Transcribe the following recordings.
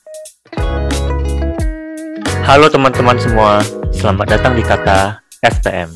Halo teman-teman semua, selamat datang di Kata FTM.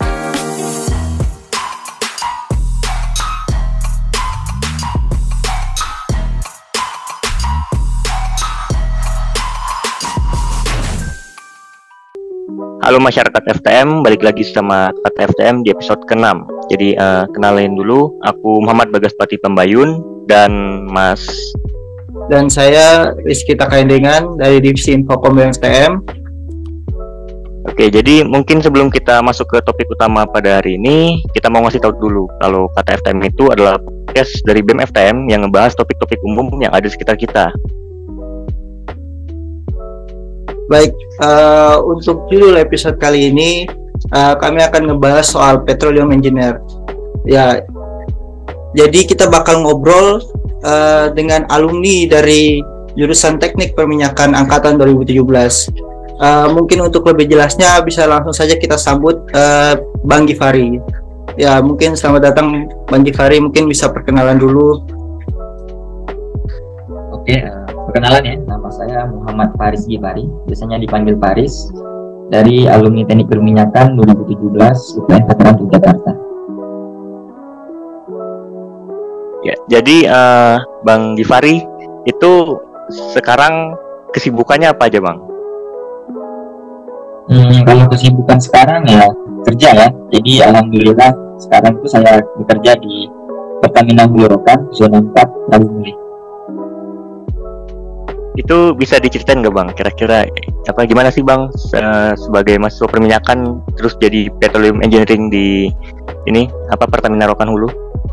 Halo masyarakat FTM, balik lagi sama Kata FTM di episode ke-6. Jadi kenalin dulu, aku Muhammad Bagaspati Pembayun dan Mas. Dan saya Rizky Takaindengan dari Divisi Infocom FTM. Oke, jadi mungkin sebelum kita masuk ke topik utama pada hari ini, kita mau ngasih tahu dulu kalau Kata FTM itu adalah podcast dari BEM FTM yang ngebahas topik-topik umum yang ada di sekitar kita. Baik, untuk judul episode kali ini kami akan ngebahas soal petroleum engineer. Ya, jadi kita bakal ngobrol dengan alumni dari jurusan Teknik Perminyakan angkatan 2017. Mungkin untuk lebih jelasnya bisa langsung saja kita sambut Bang Gifari. Ya, mungkin selamat datang Bang Gifari, mungkin bisa perkenalan dulu. Oke, perkenalan ya, nama saya Muhammad Faris Gifari, biasanya dipanggil Faris, dari alumni Teknik Perminyakan 2017 UPN Veteran Yogyakarta. Ya, jadi Bang Gifari itu sekarang kesibukannya apa aja, Bang? Kalau kesibukan sekarang ya kerja ya, jadi alhamdulillah sekarang itu saya bekerja di Pertamina Hulu Rokan, zona 4, Rabu Muli. Itu bisa diceritain nggak, Bang? Kira-kira gimana sih, Bang, sebagai mahasiswa perminyakan terus jadi petroleum engineering di Pertamina Rokan Hulu?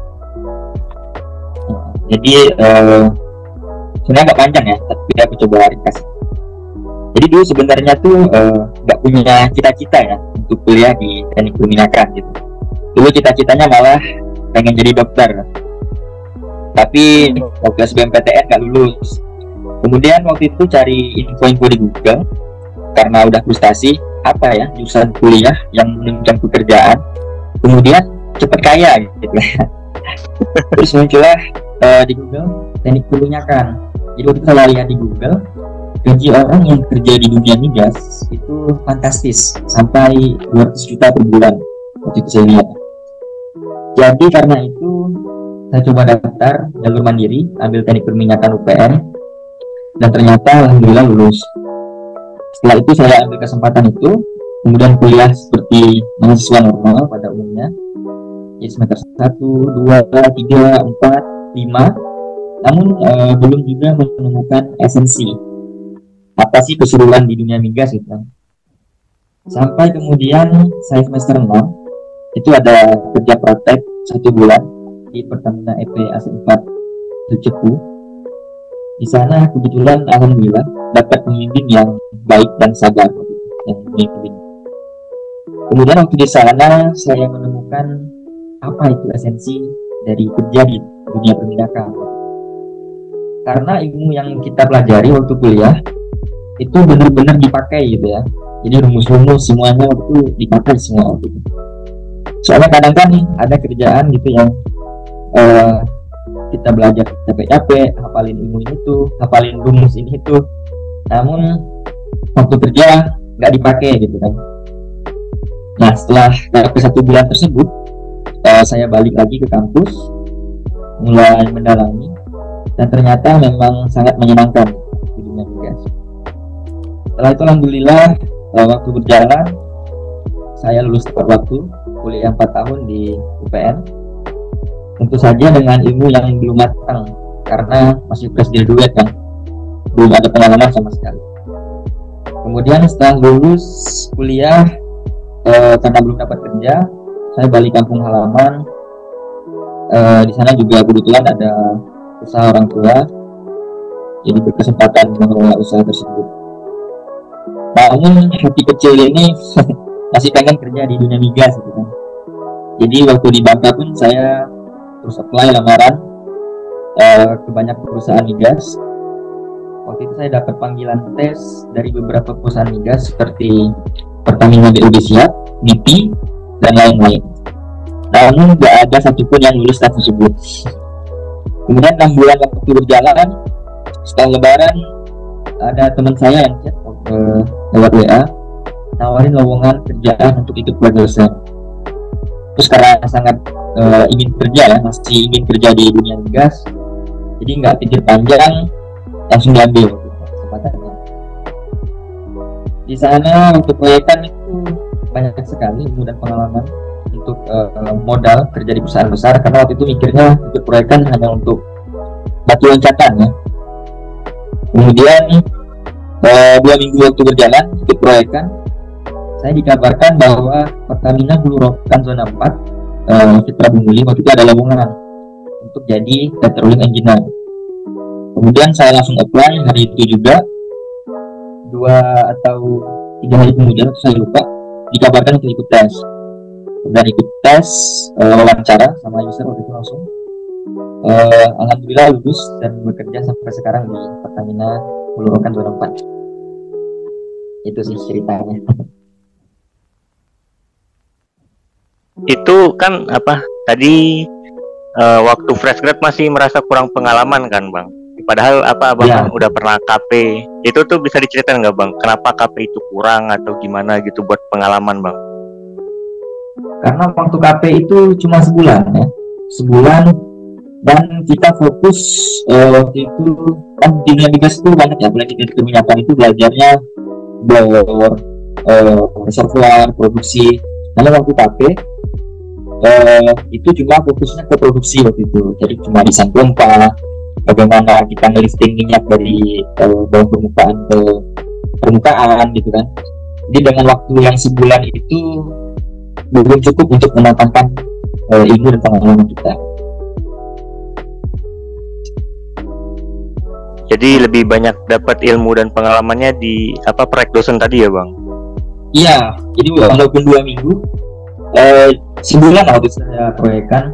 Jadi sebenarnya nggak panjang ya, tapi aku coba ringkas. Jadi dulu sebenarnya tuh nggak punya cita-cita ya untuk kuliah di teknik perminyakan gitu. Dulu cita-citanya malah pengen jadi dokter, tapi waktu SBMPTN nggak lulus. Kemudian waktu itu cari info-info di Google karena udah frustasi apa ya jurusan kuliah yang menunjang pekerjaan, kemudian cepet kaya gitu. Terus muncullah di Google teknik perminyakan. Jadi waktu itu saya lihat di Google, gaji orang yang kerja di dunia migas itu fantastis, sampai 200 juta per bulan waktu itu saya lihat. Jadi karena itu saya coba daftar jalur mandiri, ambil teknik perminyakan UPN, dan ternyata alhamdulillah lulus. Setelah itu saya ambil kesempatan itu, kemudian kuliah seperti mahasiswa normal pada umumnya, jadi semester 1, 2, 3, 4, 5, namun belum juga menemukan esensi apa sih keseruan di dunia migas gitu. Sampai kemudian saya semester 6 itu ada kerja praktek 1 bulan di Pertamina EP AC4 Cepu. Di sana kebetulan alhamdulillah dapat pemimpin yang baik dan sabar yang memimpin. Kemudian waktu di sana saya menemukan apa itu esensi dari kerja di dunia perminyakan. Karena ilmu yang kita pelajari waktu kuliah itu benar-benar dipakai gitu ya. Jadi rumus-rumus semuanya waktu dipakai semua waktu itu. Soalnya kadang kan ada kerjaan gitu yang kita belajar capek-capek, hafalin ilmu ini tuh, hafalin rumus ini itu, namun waktu kerja nggak dipakai gitu kan. Nah setelah ke 1 bulan tersebut, saya balik lagi ke kampus, mulai mendalami, dan ternyata memang sangat menyenangkan di dunia migas. Setelah itu alhamdulillah waktu berjalan, saya lulus tepat waktu, kuliah 4 tahun di UPN. Tentu saja dengan ilmu yang belum matang karena masih fresh graduate kan, belum ada pengalaman sama sekali. Kemudian setelah lulus kuliah, karena belum dapat kerja, saya balik kampung halaman. Di sana juga kebetulan ada usaha orang tua, jadi berkesempatan mengelola usaha tersebut. Namun hati kecil ini masih pengen kerja di dunia migas gitu kan. Jadi waktu di Bangka pun saya terus apply lamaran ke banyak perusahaan migas. Waktu itu saya dapat panggilan tes dari beberapa perusahaan migas seperti Pertamina BUD Siap, BP, dan lain-lain. Namun tidak ada satupun yang lulus tes tersebut. Kemudian 6 bulan waktu berjalan, setelah lebaran ada teman saya yang chat lewat WA nawarin lowongan kerjaan untuk ikut proyek dosen. Terus karena sangat ingin kerja ya, masih ingin kerja di dunia gas, jadi nggak pikir panjang, langsung diambil kesempatannya. Di sana untuk proyekan itu banyak sekali ilmu dan pengalaman untuk modal kerja di perusahaan besar, karena waktu itu mikirnya ikut proyekan hanya untuk batu loncatan ya. Kemudian 2 minggu waktu berjalan ikut proyekan, saya dikabarkan bahwa Pertamina Hulu Rokan Zona 4 Citra Bumuli waktu itu ada lowongan untuk jadi petroleum engineer. Kemudian saya langsung apply hari itu juga. 2 atau 3 hari kemudian, saya lupa, dikabarkan untuk ikut tes. Dan ikut tes wawancara sama user waktu itu langsung. Alhamdulillah lulus dan bekerja sampai sekarang di Pertamina Hulu Rokan Zona 4. Itu sih ceritanya. Itu kan apa tadi waktu fresh grad masih merasa kurang pengalaman kan Bang? Padahal apa Abang kan udah pernah KP. Itu tuh bisa diceritain nggak Bang? Kenapa KP itu kurang atau gimana gitu buat pengalaman Bang? Karena waktu KP itu cuma sebulan ya. Sebulan, dan kita fokus waktu itu kan di dunia migas itu banyak ya, apalagi di keminyakan itu belajarnya bor, reservoir, produksi. Nah waktu KP itu cuma fokusnya ke produksi waktu itu, jadi cuma desain pompa, bagaimana kita ngelisting minyak dari bawah permukaan ke permukaan gitu kan. Jadi dengan waktu yang sebulan itu belum cukup untuk mematangkan ilmu dan pengalaman kita. Jadi lebih banyak dapat ilmu dan pengalamannya di apa proyek dosen tadi ya Bang? Iya, jadi walaupun 2 minggu, sebulan waktu saya proyekan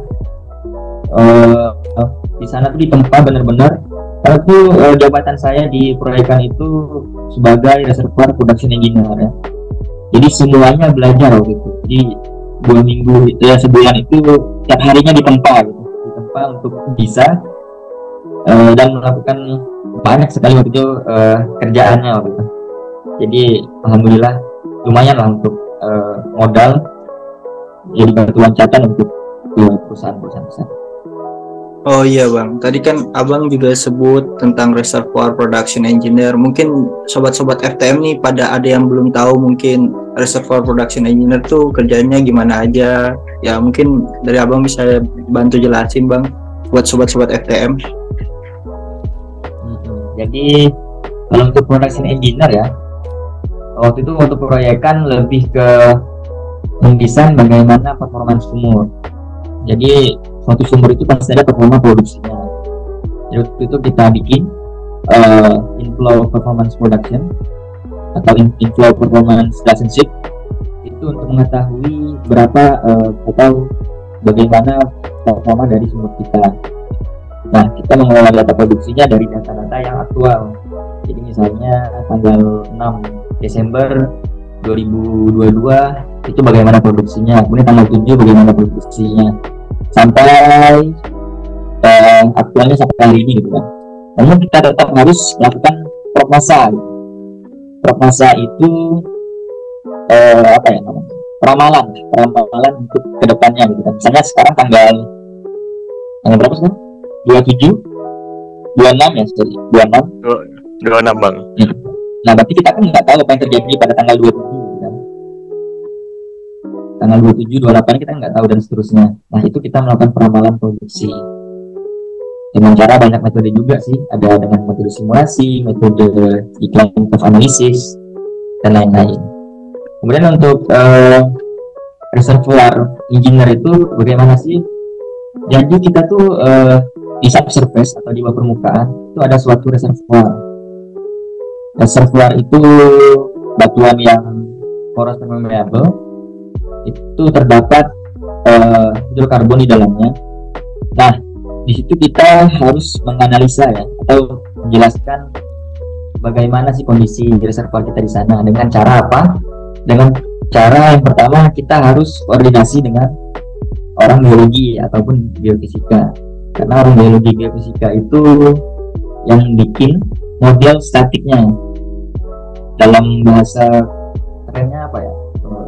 di sana tuh ditempa benar-benar. Karena tuh jabatan saya di proyekan itu sebagai reservoir production engineer ya. Jadi semuanya belajar waktu itu. Jadi 2 minggu sebulan itu tiap harinya ditempa gitu, ditempa untuk bisa dan melakukan banyak sekali waktu itu kerjaannya waktu itu. Jadi alhamdulillah lumayan lah untuk modal jadi batu loncatan untuk perusahaan-perusahaan besar. Oh iya Bang, tadi kan Abang juga sebut tentang reservoir production engineer. Mungkin sobat-sobat FTM nih pada ada yang belum tahu mungkin reservoir production engineer tuh kerjanya gimana aja. Ya mungkin dari Abang bisa bantu jelasin Bang buat sobat-sobat FTM. Jadi kalau untuk production engineer ya, waktu itu untuk proyekan lebih ke mendesain bagaimana performance sumur. Jadi suatu sumur itu pasti ada performa produksinya. Jadi waktu itu kita bikin inflow performance production atau inflow performance relationship itu untuk mengetahui berapa atau bagaimana performa dari sumur kita. Nah, kita mengelola data produksinya dari data-data yang aktual. Jadi misalnya tanggal 6 Desember 2022 itu bagaimana produksinya, kemudian tanggal 7 bagaimana produksinya, sampai aktualnya sampai hari ini gitu kan. Namun kita tetap harus melakukan prognosa. Prognosa itu apa ya namanya? Peramalan untuk kedepannya gitu kan. Misalnya sekarang tanggal berapa sekarang? 27, 26 ya, sorry, 26 Bang. Nah, berarti kita kan nggak tahu apa yang terjadi pada tanggal 27 gitu kan. Tanggal 27, 28 kita nggak tahu dan seterusnya. Nah, itu kita melakukan peramalan produksi. Dengan cara banyak metode juga sih. Ada dengan metode simulasi, metode decline curve analysis, dan lain-lain. Kemudian untuk reservoir engineer itu bagaimana sih? Jadi kita tuh di subsurface atau di bawah permukaan itu ada suatu reservoir. Reservoir itu batuan yang poros permeable, itu terdapat hidrokarbon di dalamnya. Nah, di situ kita harus menganalisa ya atau menjelaskan bagaimana sih kondisi reservoir kita di sana. Dengan cara apa? Dengan cara yang pertama kita harus koordinasi dengan orang biologi ataupun geofisika. Karena orang biologi geofisika itu yang bikin model statiknya. Dalam bahasa kerennya apa ya?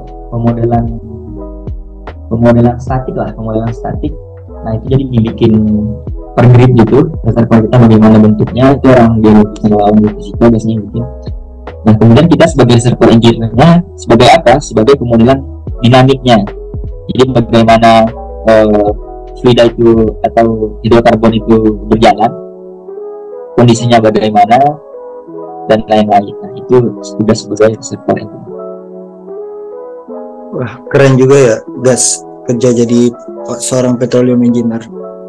Pemodelan statik lah, pemodelan statik. Nah itu jadi dibikin per grid gitu, reservoir kita bagaimana bentuknya, itu orang biologi sama orang fisika biasanya bikin. Nah kemudian kita sebagai reservoir engineer-nya sebagai apa? Sebagai pemodelan dinamiknya. Jadi bagaimana fluida itu atau hidrokarbon itu berjalan, kondisinya bagaimana, dan lain-lain. Nah itu sudah sebagai reservoir engineer. Wah, keren juga ya, Gas, kerja jadi seorang petroleum engineer.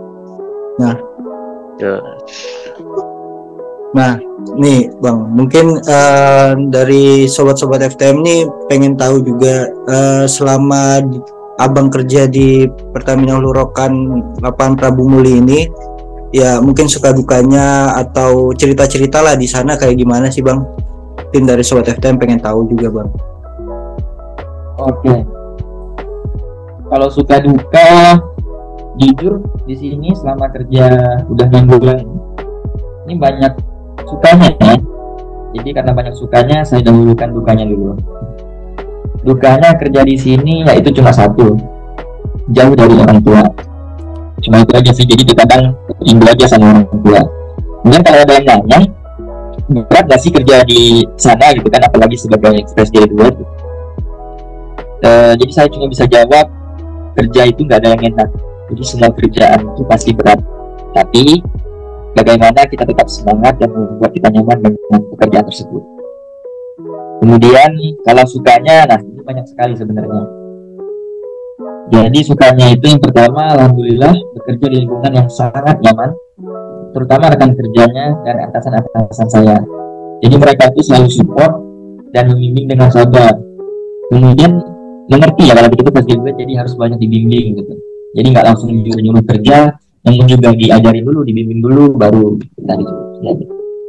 Nah, nih Bang, mungkin dari sobat-sobat FTM nih pengen tahu juga selama Abang kerja di Pertamina Hulu Rokan lapangan Prabu Muli ini, ya mungkin suka dukanya atau cerita-cerita lah di sana kayak gimana sih Bang? Mungkin dari sobat FTM pengen tahu juga Bang. Oke. Kalau suka duka, jujur di sini selama kerja udah 6 bulan ini banyak sukanya ya. Jadi karena banyak sukanya, saya dahulukan dukanya dulu. Dukanya kerja di sini yaitu cuma satu, jauh dari orang tua. Cuma itu aja sih. Jadi kadang rindu aja sama orang tua. Kemudian kalau ada yang nanya, berat nggak sih kerja di sana gitu kan, apalagi sebagai fresh graduate gitu. Jadi saya cuma bisa jawab, kerja itu nggak ada yang enak. Jadi semua kerjaan itu pasti berat. Tapi bagaimana kita tetap semangat dan membuat kita nyaman dengan pekerjaan tersebut. Kemudian kalau sukanya, nah ini banyak sekali sebenarnya. Jadi sukanya itu yang pertama, alhamdulillah bekerja di lingkungan yang sangat nyaman, terutama rekan kerjanya dan atasan-atasan saya. Jadi mereka itu selalu support dan membimbing dengan sabar. Kemudian mengerti ya kalau begitu pas juga, jadi harus banyak dibimbing gitu. Jadi nggak langsung nyuruh kerja, namun juga diajarin dulu, dibimbing dulu, baru kita disuruh kerja gitu.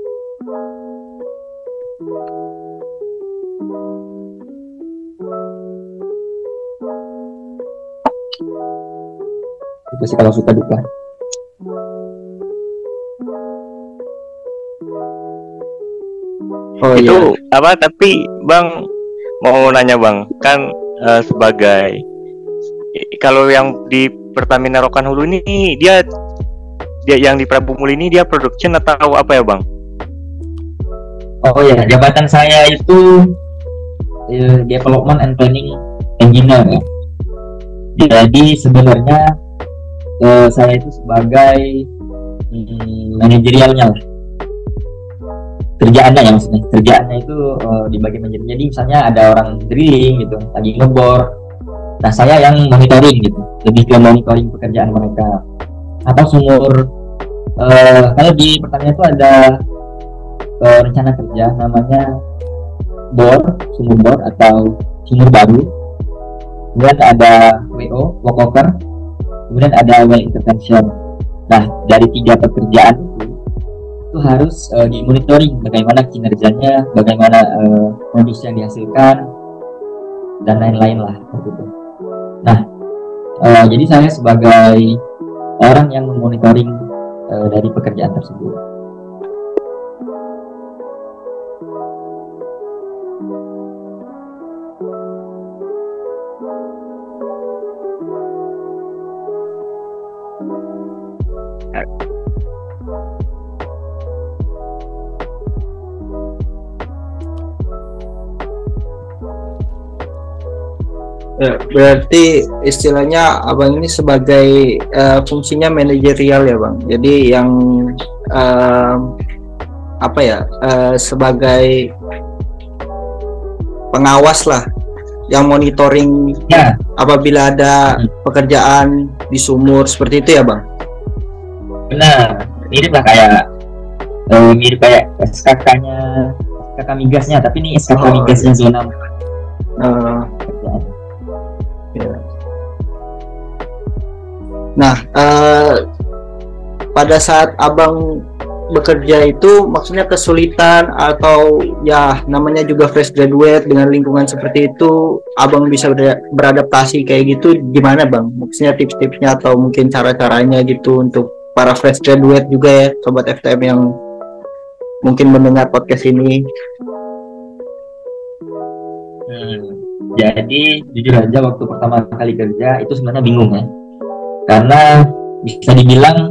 Itu sih kalau suka duka. Oh Itu iya. apa? Tapi Bang mau nanya Bang, kan sebagai kalau yang di Pertamina Rokan Hulu ini dia yang di Prabu Muli ini dia production atau apa ya Bang? Oh ya, jabatan saya itu Development and Planning Engineer ya. Jadi sebenarnya saya itu sebagai manajerialnya lah. Kerjaannya ya, maksudnya kerjaannya itu di bagian manajemen. Jadi misalnya ada orang drilling gitu, lagi ngebor, nah saya yang monitoring gitu, lebih ke monitoring pekerjaan mereka. Atau sumur, kalau di Pertamina itu ada rencana kerja namanya sumur bor atau sumur baru. Kemudian ada WO, walkover, kemudian ada well intervention. Nah dari 3 pekerjaan itu harus dimonitoring bagaimana kinerjanya, bagaimana produksi yang dihasilkan, dan lain-lain lah gitu. Nah, jadi saya sebagai orang yang memonitoring dari pekerjaan tersebut. Ya, berarti istilahnya Abang ini sebagai fungsinya manajerial ya Bang. Jadi yang apa ya, sebagai pengawas lah, yang monitoring Ya, apabila ada pekerjaan di sumur seperti itu ya Bang. benar. Mirip lah kayak SKK-nya, SKK migasnya, tapi ini SKK migasnya zona kerjaan. Ya. Nah, pada saat Abang bekerja itu maksudnya kesulitan atau ya namanya juga fresh graduate dengan lingkungan seperti itu, Abang bisa beradaptasi kayak gitu gimana Bang? Maksudnya tips-tipsnya atau mungkin cara-caranya gitu untuk para fresh graduate juga ya, sobat FTM yang mungkin mendengar podcast ini? Jadi jujur aja waktu pertama kali kerja itu sebenarnya bingung ya, karena bisa dibilang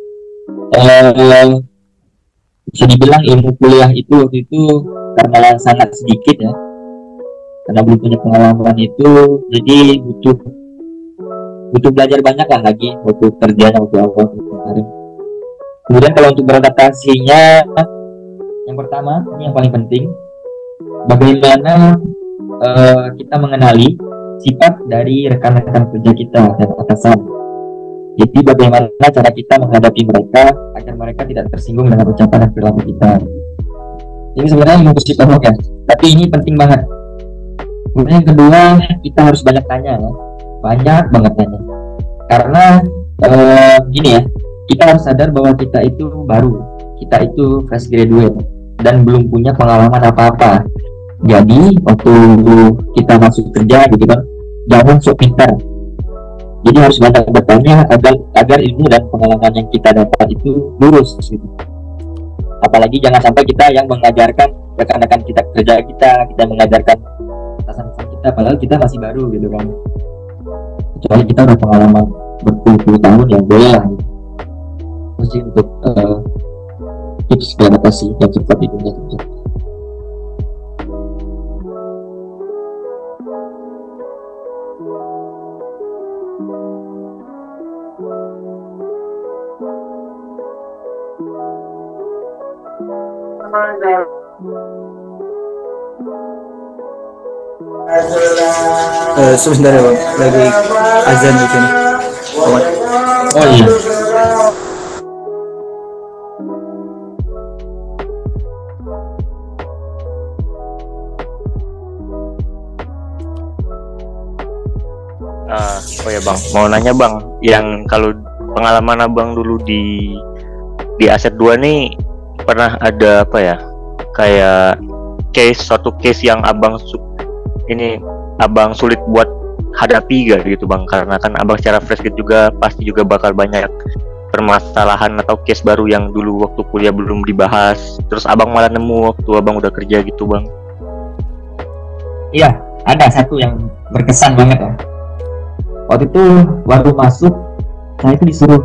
ilmu kuliah itu waktu itu karena sangat sedikit ya, karena belum punya pengalaman itu, jadi butuh belajar banyak lah lagi waktu kerjanya waktu awal kemarin. Kemudian kalau untuk beradaptasinya, yang pertama ini yang paling penting, bagaimana kita mengenali sifat dari rekan-rekan kerja kita dan atasan. Jadi bagaimana cara kita menghadapi mereka agar mereka tidak tersinggung dengan ucapan dan perilaku kita. Ini sebenarnya ilmu psikolog ya, tapi ini penting banget. Kemudian yang kedua, kita harus banyak tanya ya, banyak banget tanya. Karena gini ya, kita harus sadar bahwa kita itu baru, kita itu fresh graduate dan belum punya pengalaman apa-apa. Jadi waktu kita masuk kerja gitu kan, jangan sok pintar. Jadi harus banyak bertanya agar ilmu dan pengalaman yang kita dapat itu lurus gitu. Apalagi jangan sampai kita yang mengajarkan rekan-rekan kita kerja kita mengajarkan atasan-atasan kita, padahal kita masih baru gitu kan. Kecuali kita udah pengalaman berpuluh-puluh tahun, ya boleh lah gitu. Mesti untuk tips beradaptasi yang cepat di dunia kerja. Sebentar ya Bang, lagi azan di sini. Oh iya. Oh ya Bang, mau nanya Bang, yang kalau pengalaman Abang dulu di Aset 2 nih, pernah ada apa ya, kayak suatu case yang Abang sulit buat hadapi gak gitu Bang, karena kan Abang secara fresh grade juga pasti juga bakal banyak permasalahan atau case baru yang dulu waktu kuliah belum dibahas, terus Abang malah nemu waktu Abang udah kerja gitu Bang. Iya, ada satu yang berkesan banget ya. Waktu itu baru masuk, saya itu disuruh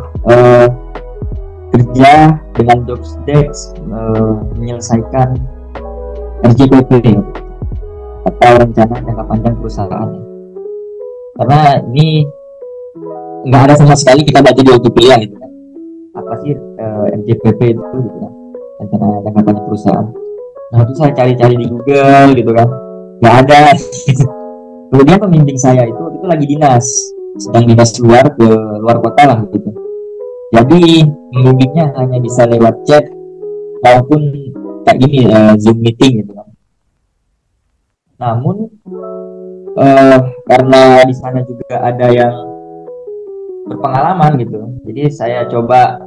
kerja dengan job desk, menyelesaikan RJPP atau rencana jangka panjang perusahaan. Karena ini nggak ada sama sekali kita baca di waktu kuliah gitu kan. Apa sih RJPP itu gitu kan, rencana jangka panjang perusahaan. Nah itu saya cari-cari di Google gitu kan, nggak ada. Kemudian pembimbing saya itu lagi dinas, sedang dinas luar kota lah gitu. Jadi pembimbingnya hanya bisa lewat chat maupun kayak gini Zoom meeting gitu kan. Namun karena di sana juga ada yang berpengalaman gitu, jadi saya coba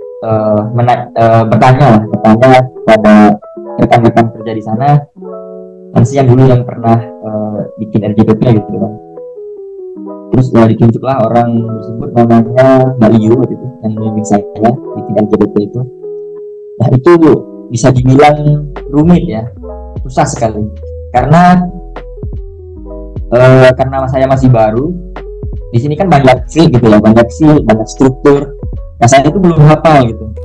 bertanya pada rekan-rekan kerja di sana, yang dulu yang pernah bikin RJPP gitu kan. Terus ditunjuklah orang tersebut, namanya Mbak Liu gitu, yang membimbing saya bikin RJPP itu. Nah itu bisa dibilang rumit ya, susah sekali, karena saya masih baru di sini kan, banyak banyak struktur. Nah saya itu belum hafal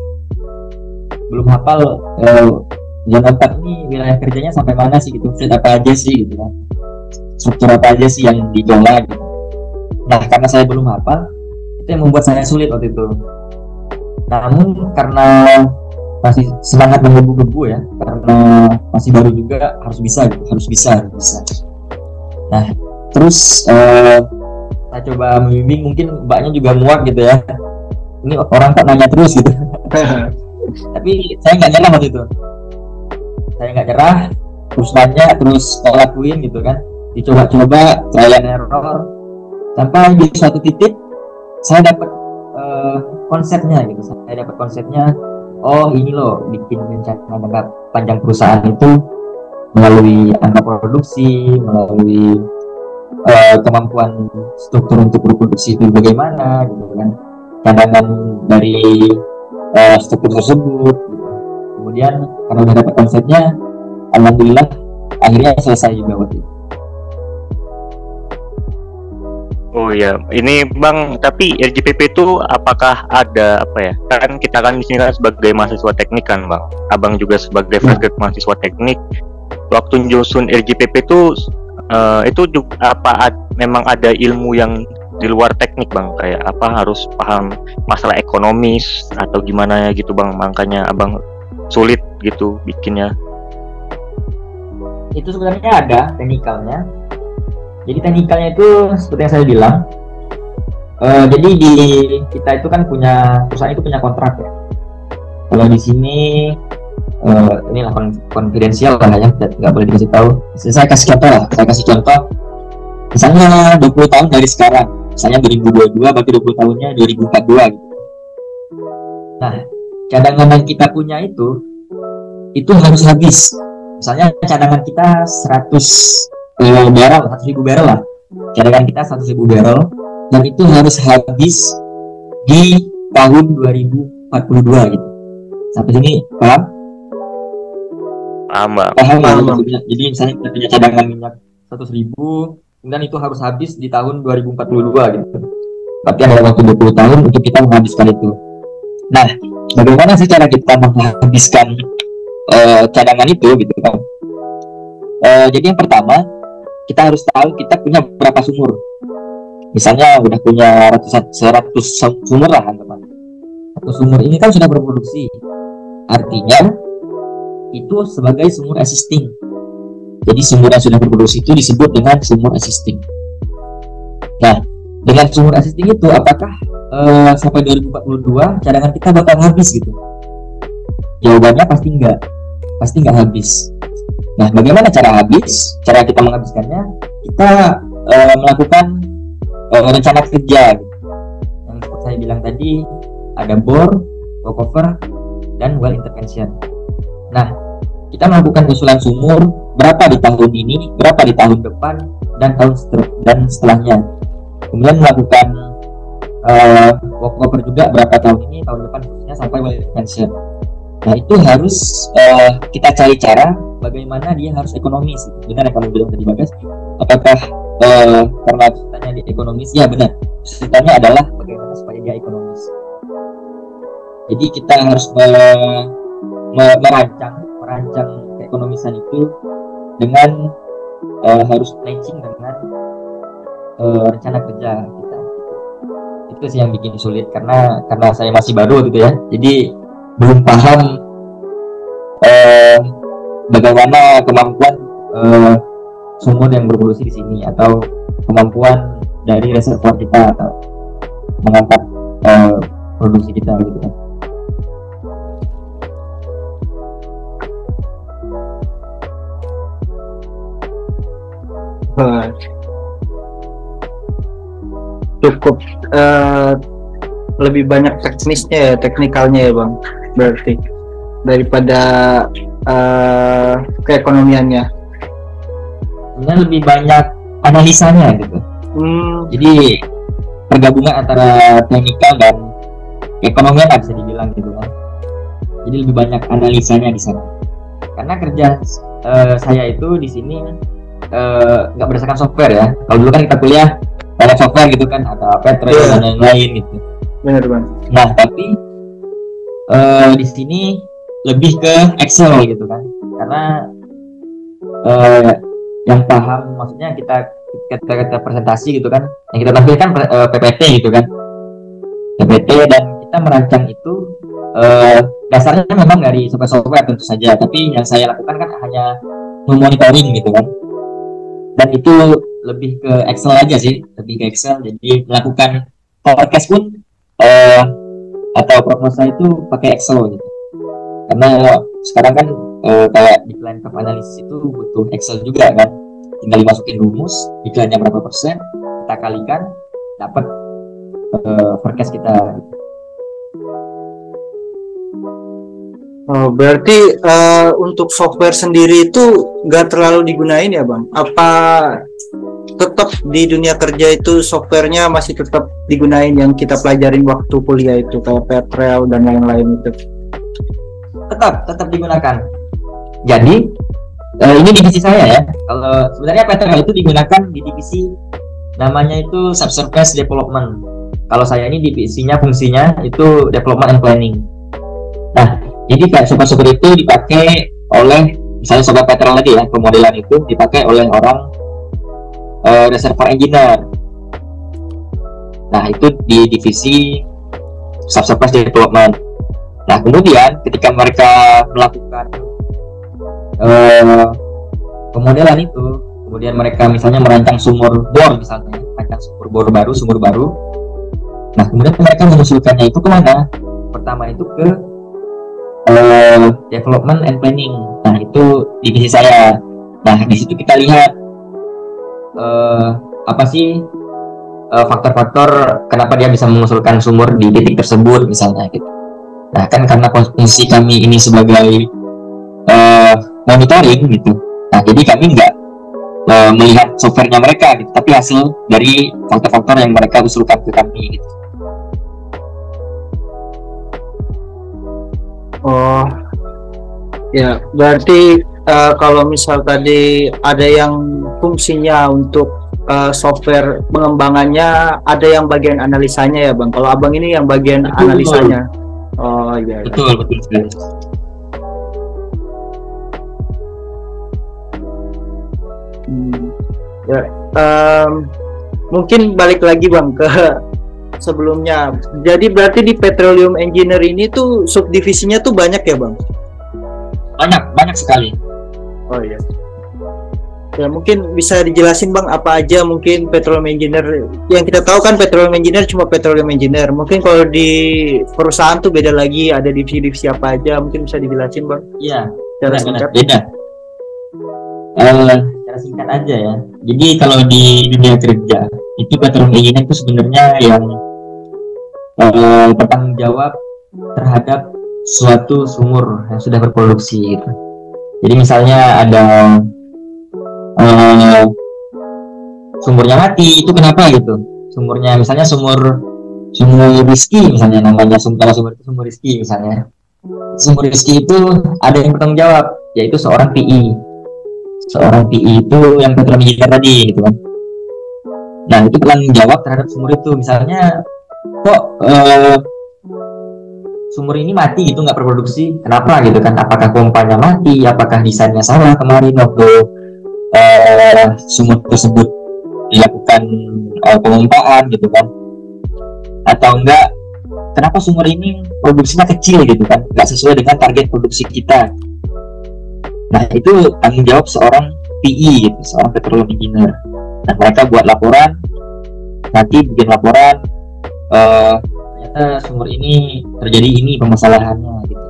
zona 4 ini wilayah kerjanya sampai mana sih gitu, apa aja sih gitu kan, struktur apa aja sih yang dikelola gitu. Nah karena saya belum hafal, itu yang membuat saya sulit waktu itu. Namun karena masih semangat menggebu-gebu ya, karena masih baru juga, harus bisa. Nah terus saya coba membimbing, mungkin mbaknya juga muak gitu ya, ini orang kok nanya terus gitu. Tapi saya nggak nyerah waktu itu, terus nanya, terus lakuin gitu kan, dicoba trial and error, sampai di suatu titik saya dapat konsepnya. Oh ini loh, bikin rencana jangka panjang perusahaan itu melalui angka produksi, melalui kemampuan struktur untuk berproduksi itu bagaimana gitu kan, cadangan dari struktur tersebut gitu. kemudian karena udah dapat konsepnya, alhamdulillah akhirnya selesai juga waktu itu. Oh iya, ini Bang, tapi RJPP itu apakah ada apa ya? Kan kita kan di sini kan sebagai mahasiswa teknik kan, Bang. Abang juga sebagai fresh grad mahasiswa teknik. Waktu nyusun RJPP itu juga memang ada ilmu yang di luar teknik, Bang? Kayak apa harus paham masalah ekonomis atau gimana ya gitu, Bang? Makanya Abang sulit gitu bikinnya. Itu sebenarnya ada teknikalnya. Jadi teknikalnya itu seperti yang saya bilang, jadi di kita itu kan perusahaan itu punya kontrak ya. Kalau di sini inilah konfidensial lah ya, nggak boleh dikasih tahu. Saya kasih contoh, misalnya 20 tahun dari sekarang, misalnya 2022, berarti 20 tahunnya 2042 gitu. Nah, cadangan yang kita punya itu harus habis. Misalnya cadangan kita 100.000 barrel lah. Cadangan kita 100.000 barrel dan itu harus habis di tahun 2042 gitu. Sampai sini paham? Paham. Jadi misalnya kita punya cadangan minyak 100.000, kemudian itu harus habis di tahun 2042 gitu. Berarti ada waktu 20 tahun untuk kita menghabiskan itu. Nah, bagaimana sih cara kita menghabiskan cadangan itu gitu kan? Jadi yang pertama, kita harus tahu kita punya berapa sumur. Misalnya udah punya 100 sumur lah teman-teman. Satu sumur ini kan sudah berproduksi. Artinya itu sebagai sumur existing. Jadi sumur yang sudah berproduksi itu disebut dengan sumur existing. Nah, dengan sumur existing itu apakah sampai 2042 cadangan kita bakal habis gitu? Jawabannya pasti enggak habis. Nah, bagaimana cara habis? Cara kita menghabiskannya, kita melakukan rencana kerja gitu. Yang seperti saya bilang tadi, ada bore, walkover, dan well intervention. Nah, kita melakukan usulan sumur berapa di tahun ini, berapa di tahun depan, dan setelahnya. Kemudian melakukan walkover juga berapa tahun ini, tahun depan, khususnya sampai well intervention. Nah, itu harus kita cari cara bagaimana dia harus ekonomis. Benar yang kamu bilang tadi, Bagas. Apakah karena ceritanya di ekonomis? Ya benar. Ceritanya adalah bagaimana supaya dia ekonomis. Jadi kita harus merancang keekonomisan itu dengan harus matching dengan rencana kerja kita. Itu sih yang bikin sulit karena saya masih baru gitu ya. Jadi belum paham bagaimana kemampuan sumur yang berproduksi di sini atau kemampuan dari reservoir kita atau mengangkat produksi kita gitu kan. Cukup lebih banyak teknikalnya ya Bang, berarti daripada keekonomiannya. Sebenarnya lebih banyak analisanya gitu. Jadi pergabungan antara teknikal dan keekonomian bisa dibilang gitu kan. Jadi lebih banyak analisanya di sana. Karena kerja saya itu di sini nggak berdasarkan software ya. Kalau dulu kan kita kuliah banyak software gitu kan, ada Petrel dan lain-lain gitu. Benar Bang. Nah tapi di sini lebih ke Excel gitu kan, karena yang paham maksudnya kita presentasi gitu kan, yang kita tampilkan PPT gitu kan, PPT, dan kita merancang itu dasarnya memang dari software tentu saja, tapi yang saya lakukan kan hanya memonitoring gitu kan, dan itu lebih ke Excel aja sih, lebih ke Excel. Jadi melakukan forecast pun atau prognosa itu pakai Excel gitu, karena sekarang kan kayak decline curve analysis itu butuh Excel juga kan, tinggal dimasukin rumus decline-nya berapa persen, kita kalikan dapat forecast kita. Oh, berarti untuk software sendiri itu nggak terlalu digunain ya Bang? Apa tetap di dunia kerja itu softwarenya masih tetap digunain yang kita pelajarin waktu kuliah itu kayak Petrel dan lain-lain itu? tetap digunakan. Jadi ini divisi saya ya. Kalau sebenarnya PTL itu digunakan di divisi namanya itu subsurface development. Kalau saya ini divisinya fungsinya itu development and planning. Nah, jadi kayak super itu dipakai oleh misalnya sobat PTL tadi ya, pemodelan itu dipakai oleh orang reservoir engineer. Nah, itu di divisi subsurface development. Nah, kemudian ketika mereka melakukan pemodelan itu, kemudian mereka misalnya merancang sumur bor, misalnya merancang sumur baru. Nah, kemudian mereka mengusulkannya itu kemana? Pertama itu ke development and planning. Nah, itu divisi saya. Nah, di situ kita lihat apa sih faktor-faktor kenapa dia bisa mengusulkan sumur di titik tersebut misalnya gitu. Nah, kan karena fungsi kami ini sebagai monitoring gitu. Nah, jadi kami nggak melihat softwarenya mereka gitu, tapi hasil dari faktor-faktor yang mereka usulkan ke kami gitu. Oh, ya berarti kalau misal tadi ada yang fungsinya untuk software pengembangannya, ada yang bagian analisanya ya Bang. Kalau Abang ini yang bagian Betul. analisanya. Oh iya. Betul sekali. Ya, mungkin balik lagi Bang ke sebelumnya. Jadi berarti di petroleum engineer ini tuh subdivisinya tuh banyak ya Bang? Banyak sekali. Oh iya. Ya mungkin bisa dijelasin Bang apa aja mungkin petroleum engineer. Yang kita tahu kan petroleum engineer cuma petroleum engineer. Mungkin kalau di perusahaan tuh beda lagi, ada divisi-divisi apa aja, mungkin bisa dijelasin Bang? Iya. Secara singkat. Beda. Secara singkat aja ya. Jadi kalau di dunia kerja itu petroleum engineer itu sebenarnya yang bertanggung jawab terhadap suatu sumur yang sudah berproduksi gitu. Jadi misalnya ada sumurnya mati, itu kenapa gitu? Sumurnya misalnya sumur Rizky misalnya, namanya sumur itu sumur Rizky misalnya. Sumur Rizky itu ada yang bertanggung jawab, yaitu seorang PI. Seorang PI itu yang petroleum engineer tadi gitu kan. Nah, itu bertanggung jawab terhadap sumur itu. Misalnya kok sumur ini mati gitu, nggak berproduksi, kenapa gitu kan? Apakah pompanya mati, apakah desainnya salah kemarin waktu sumur tersebut dilakukan pemompaan gitu kan, atau enggak kenapa sumur ini produksinya kecil gitu kan, nggak sesuai dengan target produksi kita. Nah, itu tanggung jawab seorang PI gitu, seorang petroleum engineer. Nah, mereka buat laporan, nanti bikin laporan ternyata sumur ini terjadi ini permasalahannya gitu.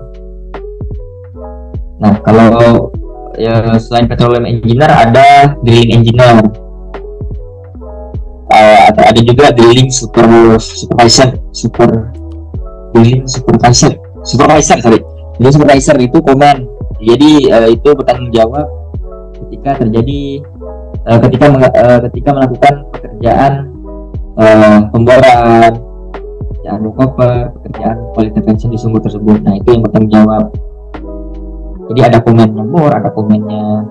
Nah, kalau ya selain petroleum engineer ada drilling engineer, ada juga drilling supervisor. Drilling supervisor itu komen. Jadi itu bertanggung jawab ketika terjadi ketika melakukan pekerjaan pemboran, pekerjaan workover, pekerjaan oil intervention di sumur tersebut. Nah, itu yang bertanggung jawab. Jadi ada komennya bor, ada komennya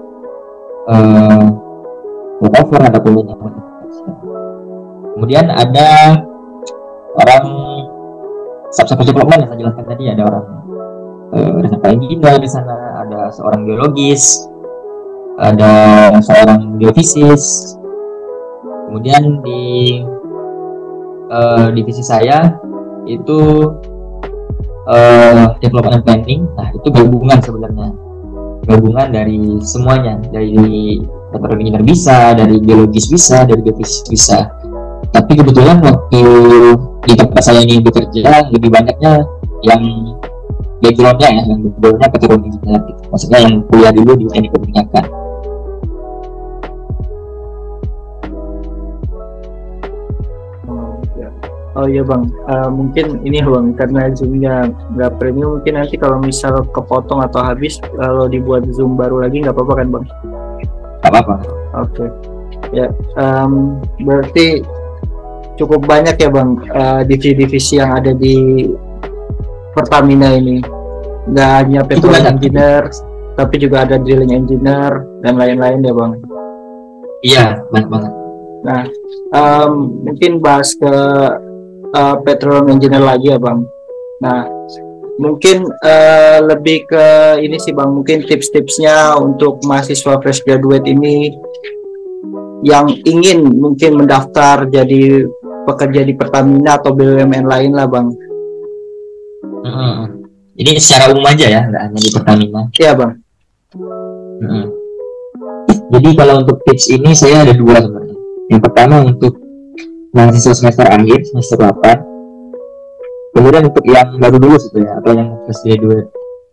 workover, ada komennya oil intervention. Kemudian ada orang subsurface development yang saya jelaskan tadi, ada orang reservoir engineer di sana, ada seorang geologis, ada seorang geofisis. Kemudian di divisi saya itu development and planning. Nah, itu gabungan sebenarnya, gabungan dari semuanya, dari petroleum engineer bisa, dari geologis bisa, dari geofisis bisa. Tapi kebetulan waktu di tempat saya ini bekerja, lebih banyaknya yang backgroundnya ya, yang backgroundnya petroleum engineer gitu. Maksudnya yang kuliah dulu di teknik keminyakan. Oh iya Bang, mungkin ini Bang, karena zoomnya nggak premium, mungkin nanti kalau misal kepotong atau habis, kalau dibuat zoom baru lagi nggak apa-apa kan Bang? Nggak apa-apa. Oke. Ya, berarti cukup banyak ya Bang divisi-divisi yang ada di Pertamina ini. nggak hanya petrol banyak. engineer, tapi juga ada drilling engineer dan lain-lain ya bang. Iya, banyak banget. Nah, mungkin bahas ke petroleum engineer lagi ya bang. Nah, mungkin lebih ke ini sih bang, mungkin tips-tipsnya untuk mahasiswa fresh graduate ini yang ingin mungkin mendaftar jadi pekerja di Pertamina atau BUMN lain lah bang. Ini secara umum aja ya, nggak hanya di Pertamina. Iya bang. Jadi kalau untuk tips ini saya ada dua sebenarnya. Yang pertama untuk mahasiswa semester akhir, semester 8. Kemudian untuk yang baru lulus itu ya, atau yang fresh graduate.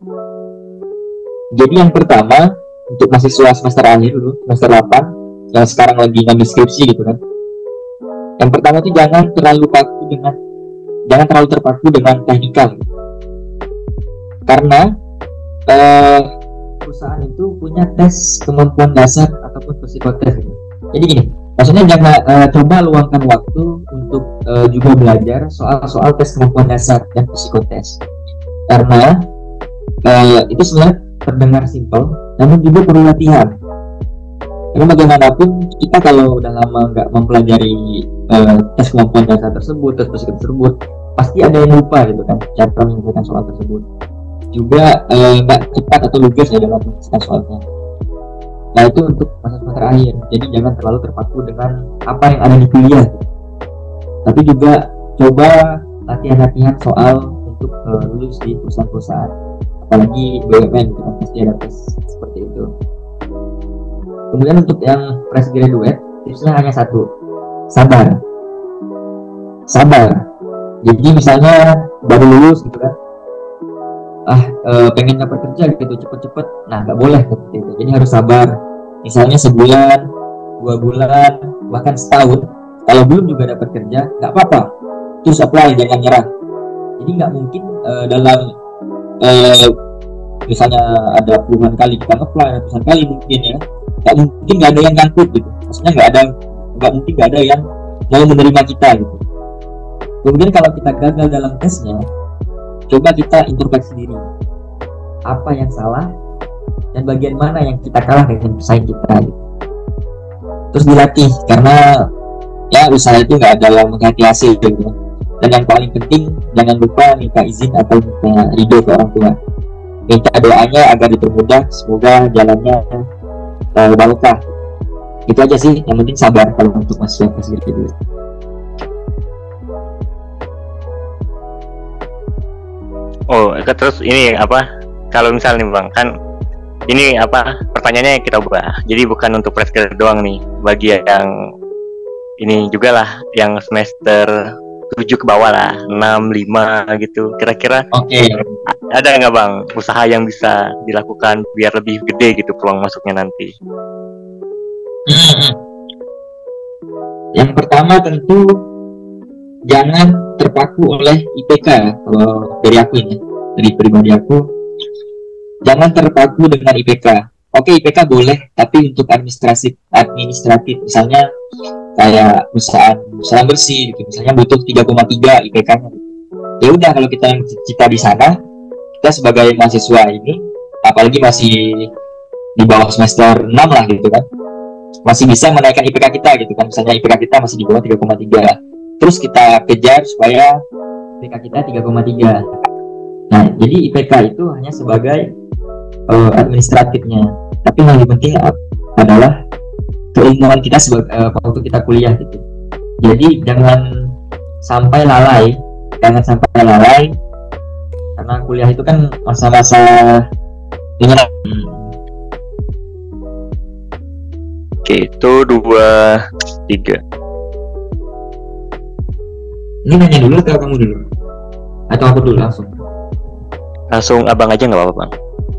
Jadi yang pertama untuk mahasiswa semester akhir dulu, semester 8 yang sekarang lagi ngambil skripsi gitu kan. Yang pertama itu jangan terlalu terpaku dengan teknikal. Karena perusahaan itu punya tes kemampuan dasar ataupun psikotes gitu. Jadi gini, maksudnya jangan coba luangkan waktu untuk juga belajar soal tes kemampuan dasar dan psikotes. Karena itu sebenarnya terdengar simpel, namun juga perlu latihan. Karena bagaimanapun kita kalau udah lama nggak mempelajari tes kemampuan dasar tersebut, tes psikotes tersebut, pasti ada yang lupa gitu kan cara menyelesaikan soal tersebut. Juga nggak cepat atau lugas ya dalam menyelesaikan soalnya. Nah itu untuk masa semester akhir. Jadi jangan terlalu terpaku dengan apa yang ada di kuliah. Tapi juga coba latihan-latihan soal untuk lulus di perusahaan-perusahaan. Apalagi BUMN gitu kan, pasti ada tes seperti itu. Kemudian untuk yang fresh graduate, tipsnya hanya satu, sabar. Jadi misalnya baru lulus gitu kan, pengen dapat kerja gitu cepet-cepet, nah nggak boleh seperti itu. Jadi harus sabar. Misalnya sebulan, 2 bulan, bahkan setahun. Kalau belum juga dapat kerja, nggak apa-apa. Terus apply, jangan nyerah. Jadi nggak mungkin dalam misalnya ada puluhan kali kita apply, ratusan kali mungkin ya, nggak mungkin nggak ada yang ngangkut gitu. Maksudnya nggak mungkin nggak ada yang mau menerima kita gitu. Kemudian kalau kita gagal dalam tesnya, coba kita introspeksi diri, apa yang salah dan bagian mana yang kita kalah dengan pesaing kita gitu. Terus dilatih, karena ya usaha itu nggak dalam menghati hasil gitu. Dan yang paling penting jangan lupa minta izin atau minta ridho ke orang tua, minta doanya agar dipermudah, semoga jalannya barokah. Itu aja sih, yang penting sabar kalau untuk mahasiswa fresh graduate. Oh, terus ini apa? Kalau misalnya nih bang, kan ini apa? Pertanyaannya kita ubah. Jadi bukan untuk fresh grad doang nih. Bagi yang ini juga lah, yang semester 7 ke bawah lah, 6, 5 gitu. Kira-kira ada nggak bang usaha yang bisa dilakukan biar lebih gede gitu peluang masuknya nanti? Yang pertama tentu jangan terpaku oleh IPK ya. Kalau dari aku ini, dari pribadi aku, jangan terpaku dengan IPK. Oke, IPK boleh, tapi untuk administratif misalnya kayak usaha bersih gitu, misalnya butuh 3,3 IPK-nya. Ya udah, kalau kita yang cita di sana, kita sebagai mahasiswa ini, apalagi masih di bawah semester 6 lah gitu kan, masih bisa menaikkan IPK kita gitu kan. Misalnya IPK kita masih di bawah 3,3, terus kita kejar supaya IPK kita 3,3. Nah, jadi IPK itu hanya sebagai administratifnya, tapi yang lebih penting adalah keilmuan kita waktu kita kuliah gitu. Jadi jangan sampai lalai karena kuliah itu kan masa-masa menyerah. Oke, itu 2, 3. Ini nanya dulu atau kamu dulu? Atau aku dulu langsung? Langsung abang aja nggak apa-apa bang.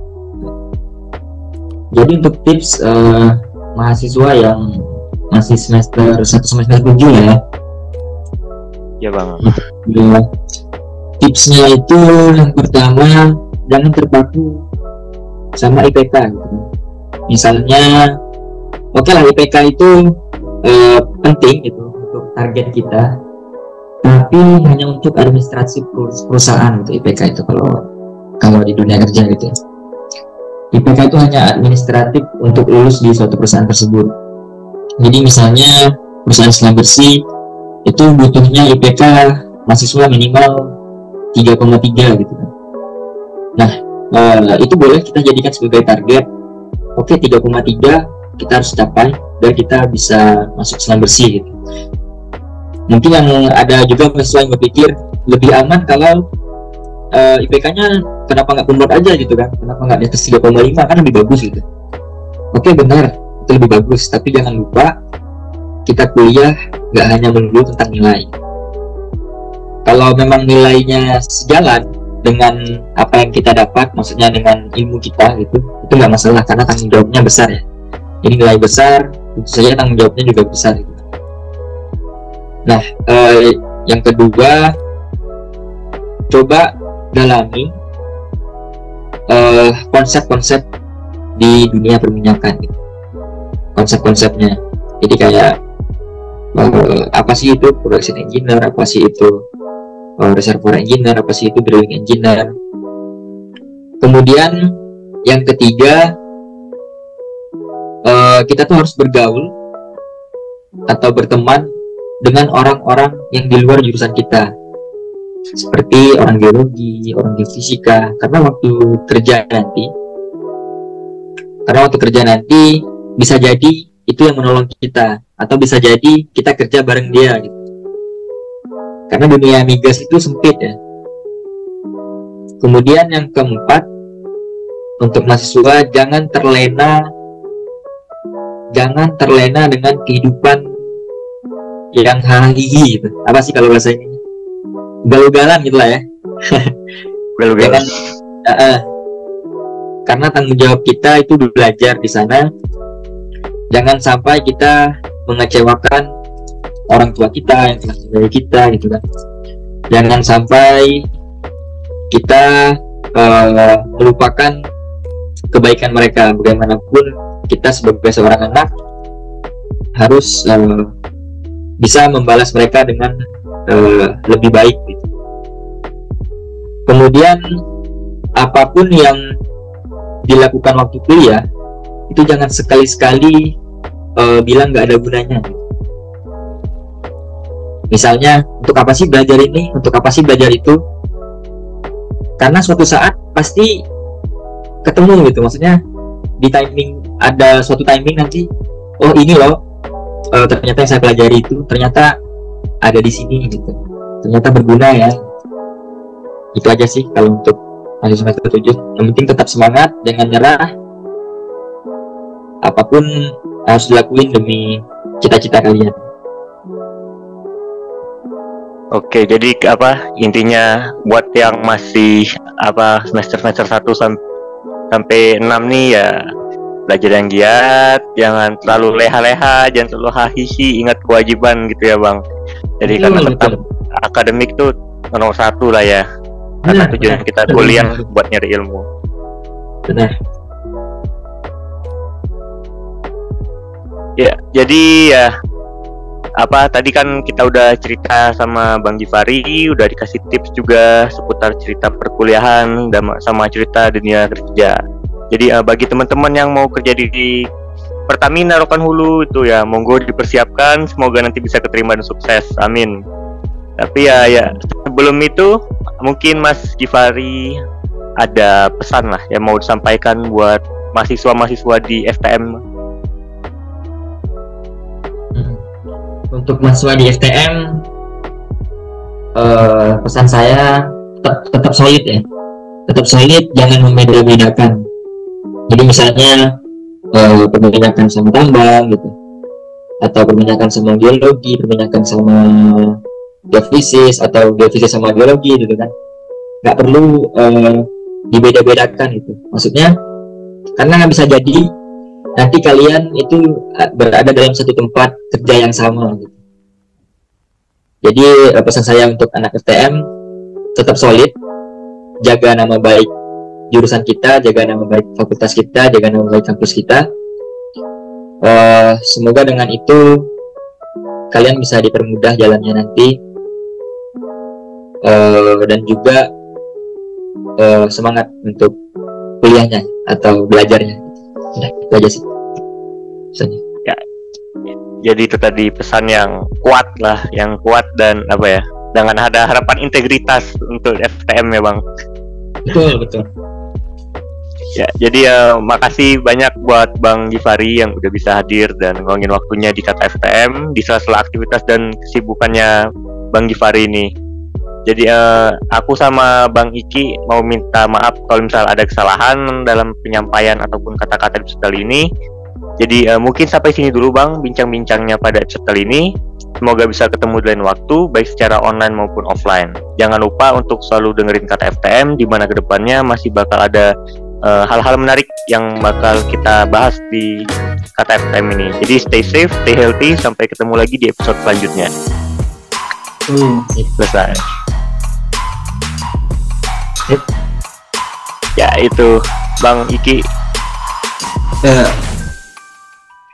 Jadi untuk tips mahasiswa yang masih semester 1 semester 7 ya. Ya bang. Ya, tipsnya itu yang pertama, jangan terpaku sama IPK gitu. Misalnya, oke lah IPK itu penting gitu untuk target kita, tapi hanya untuk administrasi perusahaan gitu IPK itu. kalau di dunia kerja gitu ya. IPK itu hanya administratif untuk lulus di suatu perusahaan tersebut. Jadi misalnya perusahaan selam bersih itu butuhnya IPK mahasiswa minimal 3,3 gitu kan. Nah, itu boleh kita jadikan sebagai target. Oke, 3,3 kita harus capai dan kita bisa masuk selam bersih gitu. Mungkin yang ada juga mahasiswa yang berpikir lebih aman kalau IPK-nya kenapa nggak kumlot aja gitu kan, kenapa nggak di atas 3,5 kan lebih bagus gitu. Oke, benar, itu lebih bagus, tapi jangan lupa kita kuliah nggak hanya melulu tentang nilai. Kalau memang nilainya sejalan dengan apa yang kita dapat, maksudnya dengan ilmu kita gitu, itu nggak masalah karena tanggung jawabnya besar ya. Jadi nilai besar, tentu saja tanggung jawabnya juga besar gitu. Nah, yang kedua, coba dalami konsep-konsep di dunia perminyakan gitu. Konsep-konsepnya. Jadi kayak apa sih itu production engineer, apa sih itu reservoir engineer, apa sih itu drilling engineer. Kemudian yang ketiga, kita tuh harus bergaul atau berteman dengan orang-orang yang di luar jurusan kita, seperti orang geologi, orang geofisika, karena waktu kerja nanti bisa jadi itu yang menolong kita, atau bisa jadi kita kerja bareng dia gitu. Karena dunia migas itu sempit ya. Kemudian yang keempat, untuk mahasiswa jangan terlena dengan kehidupan yang hahihi gitu. Apa sih kalau bahasa ini? Galugalan gitu lah ya. Galugalan. Karena tanggung jawab kita itu belajar di sana. Jangan sampai kita mengecewakan orang tua kita yang telah mendidik kita gitu kan. Jangan sampai kita melupakan kebaikan mereka. Bagaimanapun kita sebagai seorang anak harus bisa membalas mereka dengan lebih baik gitu. Kemudian apapun yang dilakukan waktu kuliah itu jangan sekali-sekali bilang nggak ada gunanya gitu. Misalnya, untuk apa sih belajar ini, untuk apa sih belajar itu, karena suatu saat pasti ketemu gitu. Maksudnya di timing, ada suatu timing nanti, oh ini loh ternyata yang saya pelajari itu ternyata ada di sini gitu, ternyata berguna ya. Itu aja sih kalau untuk mahasiswa semester 7. Yang penting tetap semangat, jangan nyerah. Apapun harus dilakuin demi cita-cita kalian. Oke, jadi intinya buat yang masih semester 1 sampai 6 nih ya, belajar yang giat, jangan terlalu leha-leha, jangan terlalu hahihi, ingat kewajiban gitu ya Bang. Jadi karena tetap akademik tuh nomor 1 lah ya. Karena tujuan kita kuliah buat nyari ilmu. Benar. Ya, jadi ya tadi kan kita udah cerita sama Bang Givari, udah dikasih tips juga seputar cerita perkuliahan dan sama cerita dunia kerja. Jadi bagi teman-teman yang mau kerja di Pertamina Rokan Hulu itu ya monggo dipersiapkan, semoga nanti bisa keterima dan sukses. Amin. Tapi ya sebelum itu mungkin Mas Givari ada pesan lah yang mau disampaikan buat mahasiswa-mahasiswa di FTM. Untuk mahasiswa di FTM, pesan saya tetap solid ya, tetap solid, jangan membeda-bedakan. Jadi misalnya perminyakan sama tambang gitu, atau perminyakan sama geologi, perminyakan sama geofisis, atau geofisis sama geologi gitu kan, nggak perlu dibeda-bedakan itu. Maksudnya karena nggak bisa jadi nanti kalian itu berada dalam satu tempat kerja yang sama gitu. Jadi pesan saya untuk anak FTM, tetap solid, jaga nama baik jurusan kita, jaga nama baik fakultas kita, jaga nama baik kampus kita. Semoga dengan itu kalian bisa dipermudah jalannya nanti, dan juga semangat untuk kuliahnya atau belajarnya. Nah, itu aja sih pesannya. Jadi itu tadi pesan yang kuat lah, yang kuat dan apa ya, dengan ada harapan integritas untuk FTM ya Bang. Betul. Ya, jadi makasih banyak buat Bang Givari yang udah bisa hadir dan ngomongin waktunya di Kata FTM di sela-sela aktivitas dan kesibukannya Bang Givari ini. Jadi aku sama Bang Iki mau minta maaf kalau misal ada kesalahan dalam penyampaian ataupun kata-kata episode kali ini. Jadi mungkin sampai sini dulu Bang bincang-bincangnya pada episode kali ini. Semoga bisa ketemu di lain waktu baik secara online maupun offline. Jangan lupa untuk selalu dengerin Kata FTM di mana kedepannya masih bakal ada hal-hal menarik yang bakal kita bahas di Kata FTM ini. Jadi stay safe, stay healthy, sampai ketemu lagi di episode selanjutnya. Selesai. Ya itu Bang Iki. Ya.